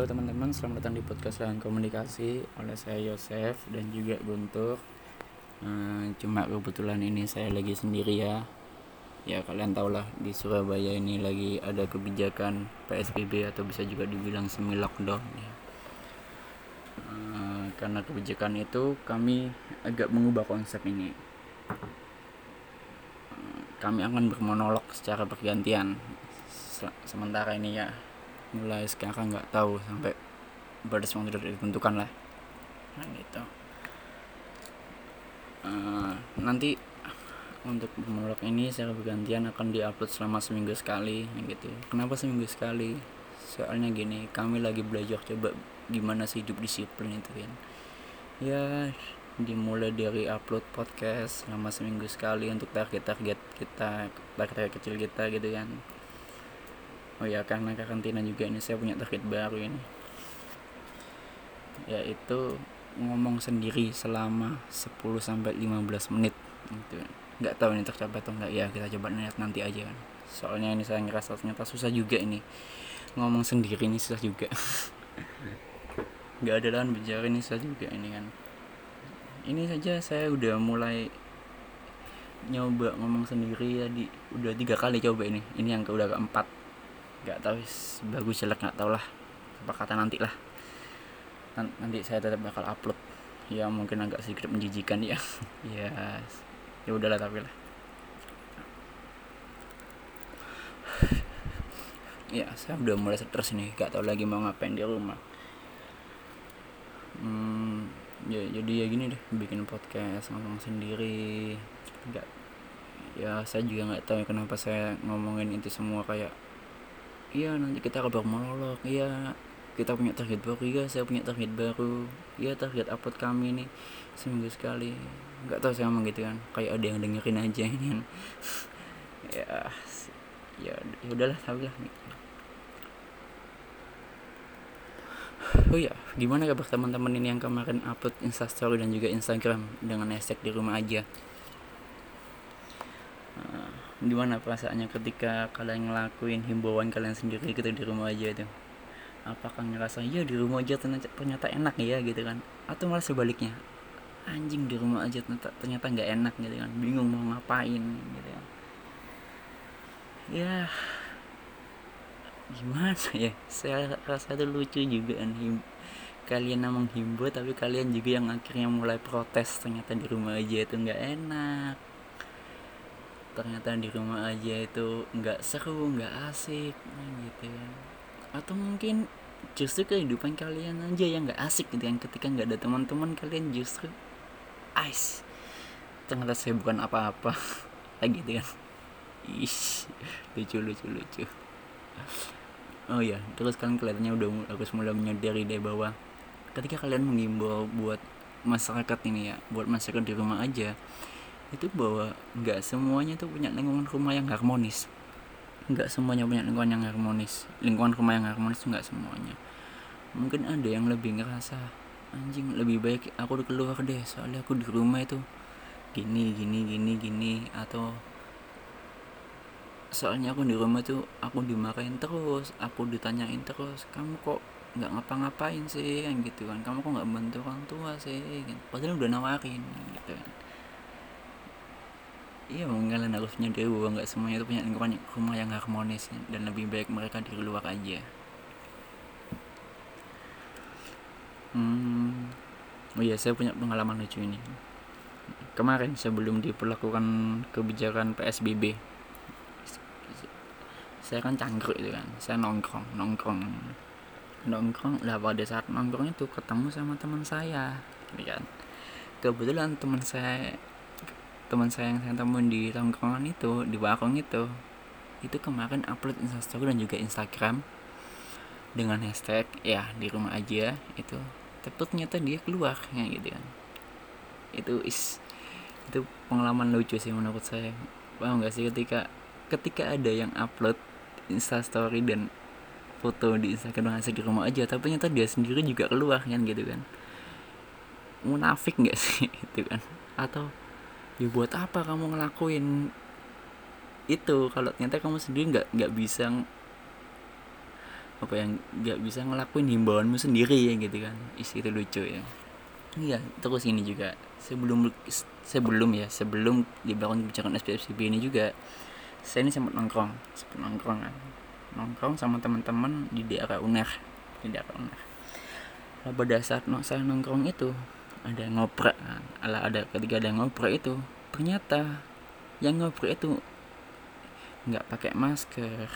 Halo teman-teman, selamat datang di podcast Lahan Komunikasi oleh saya Yosef dan juga Guntur. Cuma kebetulan ini saya lagi sendiri ya. Ya kalian tahulah di Surabaya ini lagi ada kebijakan PSBB atau bisa juga dibilang semi lockdown ya. Karena kebijakan itu kami agak mengubah konsep ini. Kami akan bermonolog secara bergantian. Sementara ini ya, mulai sekarang nggak tahu sampai batas waktu tidak ditentukan lah. Nah gitu. Nanti untuk monolog ini secara bergantian akan diupload selama seminggu sekali gitu. Kenapa seminggu sekali? Soalnya gini, kami lagi belajar coba gimana sih hidup disiplin itu kan. Ya dimulai dari upload podcast selama seminggu sekali untuk target-target kita, target kecil kita gitu kan. Oh ya, karena karantina juga ini saya punya target baru ini, yaitu ngomong sendiri selama 10-15 menit gitu. Nggak tahu ini tercapai atau enggak ya, kita coba lihat nanti aja kan. Soalnya ini saya ngerasa ternyata susah juga ini ngomong sendiri, ini susah juga. Nggak ada lawan bicara, ini susah juga ini kan. Ini saja saya udah mulai nyoba ngomong sendiri ya, udah 3 kali coba ini yang udah keempat. Nggak tahu bagus jelek, nggak tahu lah, apa kata nanti lah. Nanti saya tetap bakal upload ya, mungkin agak sedikit menjijikan ya. Ya udahlah, tapi lah ya saya udah mulai stres nih, gak tahu lagi mau ngapain di rumah. Ya jadi ya gini deh, bikin podcast ngomong sendiri. Nggak, ya saya juga nggak tahu kenapa saya ngomongin itu semua kayak iya nanti kita akan bermonolog, iya kita punya target baru, iya saya punya target baru, iya target upload kami nih seminggu sekali. Nggak tahu saya ngomong gitu kan, kayak ada yang dengerin aja ini kan. ya ya udahlah, tapi lah. Oh ya, gimana kabar teman-teman ini yang kemarin upload Instastory dan juga Instagram dengan hashtag di rumah aja? Gimana perasaannya ketika kalian ngelakuin himbauan kalian sendiri gitu di rumah aja itu? Apakah ngerasa iya di rumah aja ternyata enak ya gitu kan? Atau malah sebaliknya, anjing di rumah aja ternyata nggak enak gitu kan? Bingung mau ngapain gitu kan? Ya gimana ya, saya rasa itu lucu juga kan. Kalian namang himbau tapi kalian juga yang akhirnya mulai protes, ternyata di rumah aja itu nggak enak, ternyata di rumah aja itu nggak seru, nggak asik gitu kan. Atau mungkin justru kehidupan kalian aja yang nggak asik gitu kan, ketika nggak ada teman-teman kalian justru ice, ternyata saya bukan apa-apa. Lagi gitu kan. Ish, lucu. Oh ya, terus kalian kelihatannya udah harus mulai menyadari deh bahwa ketika kalian mengimbau buat masyarakat ini ya, buat masyarakat di rumah aja, itu bahwa nggak semuanya tuh punya lingkungan rumah yang harmonis. Nggak semuanya punya lingkungan rumah yang harmonis tuh nggak semuanya. Mungkin ada yang lebih ngerasa anjing lebih baik aku keluar deh, soalnya aku di rumah itu gini, atau soalnya aku di rumah tuh aku dimarahin terus, aku ditanyain terus, kamu kok nggak ngapa-ngapain sih kan gitu kan, kamu kok nggak bantu orang tua sih kan? Padahal udah nawarin gitu kan. Iya, mungkin kalian harus menyadari bahwa nggak semuanya itu punya lingkungan rumah yang harmonis dan lebih baik mereka di luar aja. Oh iya, saya punya pengalaman lucu ini. Kemarin sebelum diperlakukan kebijakan PSBB, saya kan cangkruk itu kan, saya nongkrong lah. Pada saat nongkrong itu ketemu sama teman saya gitu kan. Kebetulan teman saya yang saya temuin di tongkrongan itu, di warung itu kemarin upload Instastory dan juga Instagram dengan hashtag ya di rumah aja itu. Tapi ternyata dia keluar ya gitu kan. Itu pengalaman lucu sih menurut saya. Paham gak sih, ketika ada yang upload Instastory dan foto di Instagram hasil di rumah aja, tapi ternyata dia sendiri juga keluar kan gitu kan. Munafik gak sih itu kan? Atau ya buat apa kamu ngelakuin itu kalau ternyata kamu sendiri nggak bisa apa yang nggak bisa ngelakuin himbauanmu sendiri ya gitu kan. Itu lucu ya. Iya, terus ini juga sebelum dibangun kebijakan SPSBB ini juga saya ini sempat nongkrong kan, nongkrong sama teman-teman di daerah UNER, Nah, pada saat saya nongkrong itu ada yang ngoprek kan. Ketika ada yang ngoprek itu ternyata yang ngoprek itu nggak pakai masker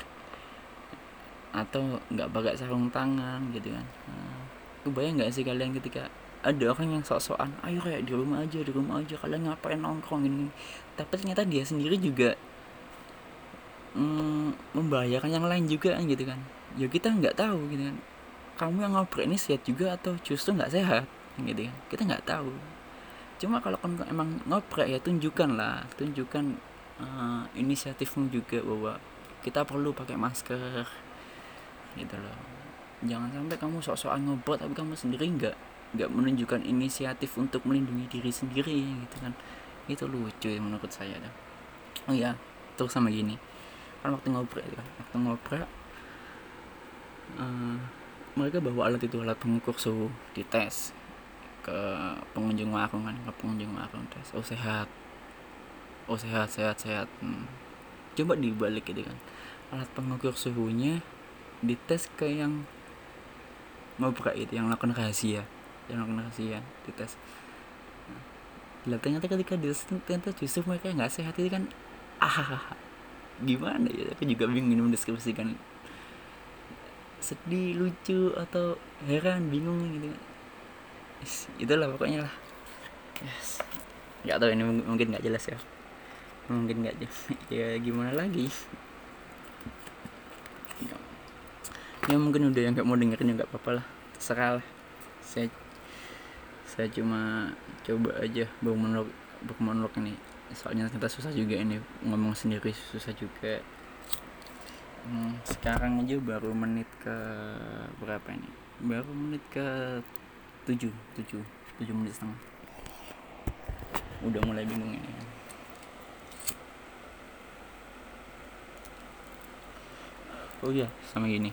atau nggak pakai sarung tangan gitu kan. Kebayang nggak sih kalian ketika ada orang yang sok-sokan, ayo kayak di rumah aja kalian ngapain nongkrong ini, tapi ternyata dia sendiri juga membahayakan yang lain juga kan gitu kan. Ya kita nggak tahu gitu kan, kamu yang ngobrol ini sehat juga atau justru nggak sehat gitu kan, kita nggak tahu. Cuma kalau kamu emang ngobrol ya tunjukkan inisiatifmu juga bahwa kita perlu pakai masker gitu loh. Jangan sampai kamu sok-sokan ngobrol tapi kamu sendiri nggak menunjukkan inisiatif untuk melindungi diri sendiri gitu kan. Itu lucu ya menurut saya dah. Oh iya, terus sama gini kan waktu ngobrol mereka bawa alat pengukur suhu, dites ke pengunjung warung tes, sehat. Coba dibalik gitu kan, alat pengukur suhunya dites ke yang ngobrol itu, yang lakukan rahasia dites. Ternyata ketika dites ternyata justru mereka nggak sehat itu kan. Gimana ya, aku juga bingung mendeskripsikan, sedih, lucu, atau heran, bingung gitu. Itulah pokoknya lah. Nggak tahu ini mungkin nggak jelas ya, ya gimana lagi ya mungkin udah yang nggak mau dengerin ya nggak apa-apa lah, terserah lah. Saya cuma coba aja bermonolog ini, soalnya ternyata susah juga ini, ngomong sendiri susah juga. Sekarang aja baru menit ke berapa ini, baru menit ke 7 menit setengah, udah mulai bingung ini. Oh iya, sama gini,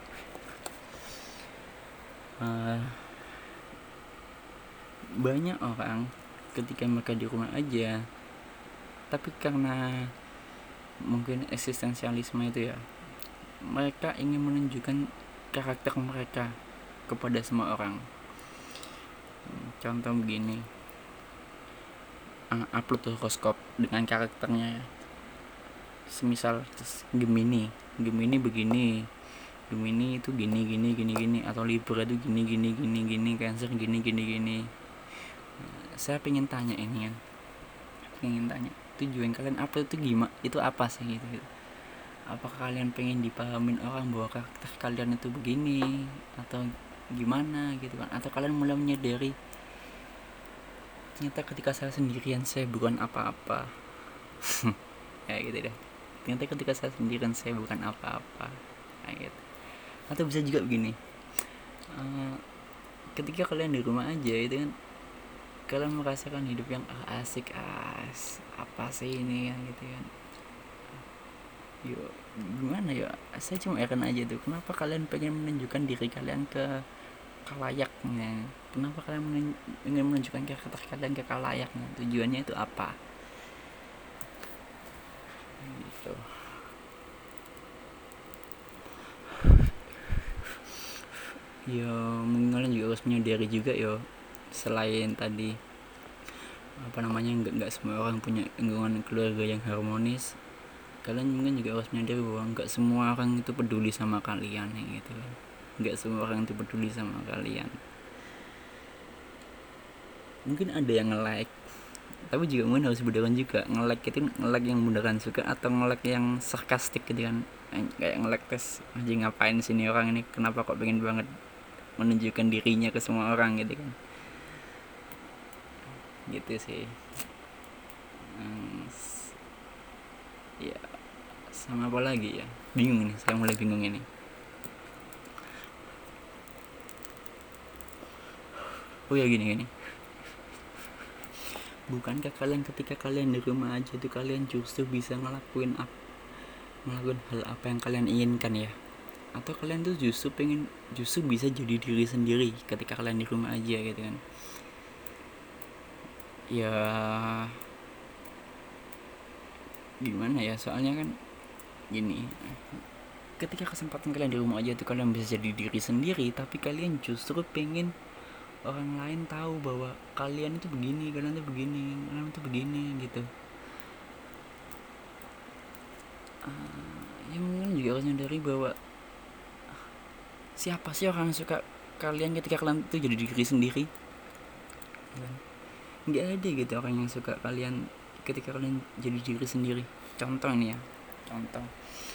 banyak orang ketika mereka di rumah aja, tapi karena mungkin eksistensialisme itu ya, mereka ingin menunjukkan karakter mereka kepada semua orang. Contoh begini, upload horoskop dengan karakternya ya. Semisal Gemini begini, Gemini itu gini, atau Libra itu gini, Cancer gini. Saya pengen tanya ini kan, tujuan kalian upload itu gimana, itu apa sih gitu. Apakah kalian pengen dipahamin orang bahwa karakter kalian itu begini atau gimana gitu kan, atau kalian mulai menyadari ternyata ketika saya sendirian saya bukan apa-apa. Ya gitu deh, ternyata ketika saya sendirian saya bukan apa-apa kayak gitu. Atau bisa juga begini, ketika kalian di rumah aja itu kan, kalian merasakan hidup yang asik, apa sih ini kan gitu kan. Gimana ya, saya cuma heran aja tuh, kenapa kalian pengen menunjukkan diri kalian ke kalayaknya, kenapa kalian ingin menunjukkan karakter kalian ke kalayaknya, tujuannya itu apa gitu. Ya mungkin kalian juga harus menyadari juga ya, selain tadi nggak semua orang punya lingkungan keluarga yang harmonis, kalian mungkin juga harus menyadari bahwa nggak semua orang itu peduli sama kalian gitu kan. Nggak semua orang itu peduli sama kalian. Mungkin ada yang nge-like, tapi juga mungkin harus bedakan juga, nge-like itu nge-like yang beneran suka atau nge-like yang sarkastik gitu kan, kayak nge-like tes aja, ngapain sini orang ini, kenapa kok pengen banget menunjukkan dirinya ke semua orang gitu kan. Gitu sih. Ya sama apa lagi ya, bingung nih, saya mulai bingung ini. Oh ya gini, bukankah kalian ketika kalian di rumah aja tuh kalian justru bisa ngelakuin hal apa yang kalian inginkan ya. atau kalian tuh justru bisa jadi diri sendiri ketika kalian di rumah aja gitu kan. Ya gimana ya, soalnya kan gini, ketika kesempatan kalian di rumah aja tuh kalian bisa jadi diri sendiri, tapi kalian justru pengen orang lain tahu bahwa kalian itu begini, kalian itu begini gitu. Ya mungkin juga harus menyadari bahwa siapa sih orang yang suka kalian ketika kalian itu jadi diri sendiri. Nggak ada gitu orang yang suka kalian ketika kalian jadi diri sendiri. Contoh ini ya, contoh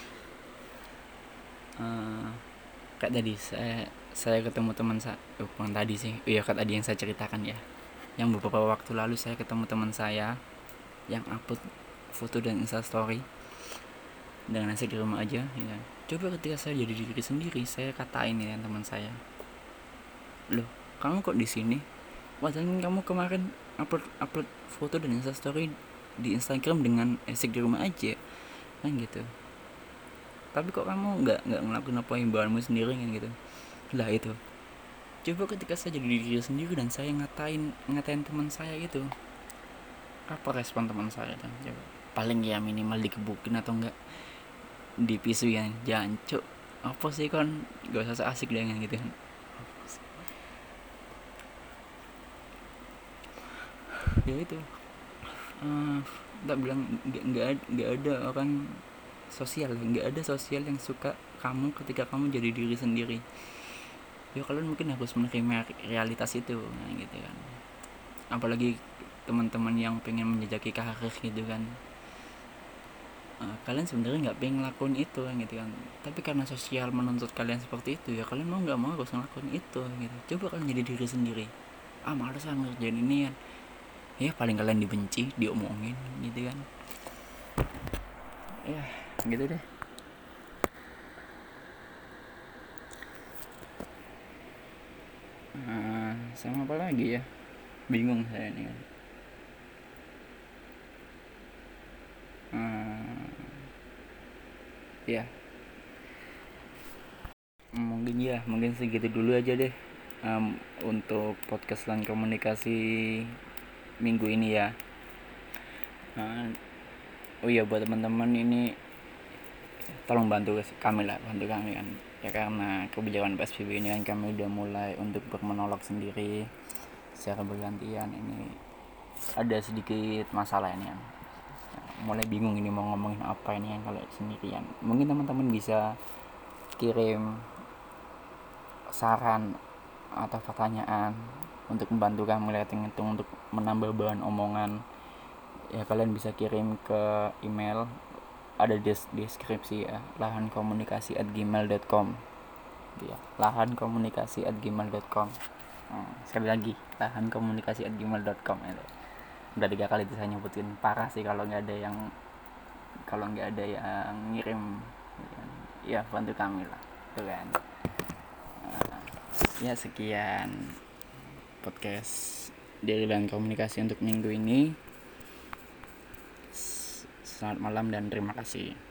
kayak tadi saya ketemu teman saya, bukan tadi sih, iya kayak tadi yang saya ceritakan ya, yang beberapa waktu lalu saya ketemu teman saya yang upload foto dan instastory dengan asik di rumah aja ya. Coba ketika saya jadi diri sendiri, saya katain ya teman saya, loh kamu kok di sini, padahal kamu kemarin upload foto dan instastory di Instagram dengan asik di rumah aja kan gitu, tapi kok kamu nggak ngelakuin apa himbauanmu sendiri kan gitu. Lah itu, coba ketika saya jadi diri sendiri dan saya ngatain teman saya gitu, apa respon teman saya kan? Coba paling ya minimal dikebukin atau enggak dipisuin, jancuk apa sih kan, gak usah asik dengan gitu kan. Ya itu, tak bilang nggak ada orang sosial, nggak ada sosial yang suka kamu ketika kamu jadi diri sendiri. Ya kalian mungkin harus menerima realitas itu nah, gitu kan. Apalagi teman-teman yang pengen menjajaki karir gitu kan, kalian sebenarnya nggak pengen ngelakuin itu gitu kan, tapi karena sosial menuntut kalian seperti itu, ya kalian mau nggak mau harus ngelakuin itu gitu. Coba kalian jadi diri sendiri, males ngerjain ini kan, ya paling kalian dibenci, diomongin gitu kan. Ya gitu deh. Sama apa lagi ya, bingung saya ini kan. Ya mungkin segitu dulu aja deh, untuk podcast dan komunikasi minggu ini ya. Oh iya, buat teman-teman ini tolong bantu kami kan ya, karena kebijakan PSBB ini kan kami udah mulai untuk menolak sendiri secara bergantian. Ini ada sedikit masalah ini yang mulai bingung ini mau ngomongin apa ini yang kalau sendirian. Mungkin teman-teman bisa kirim saran atau pertanyaan untuk membantu kami hitung untuk menambah bahan omongan ya. Kalian bisa kirim ke email, ada di deskripsi ya, lahankomunikasi@gmail.com ya, lahankomunikasi@gmail.com. Sekali lagi, lahankomunikasi@gmail.com itu udah 3 kali itu saya nyebutin, parah sih kalau nggak ada yang ngirim ya, bantu kami lah tuh kan. Ya sekian podcast dari Lahan Komunikasi untuk minggu ini. Selamat malam dan terima kasih.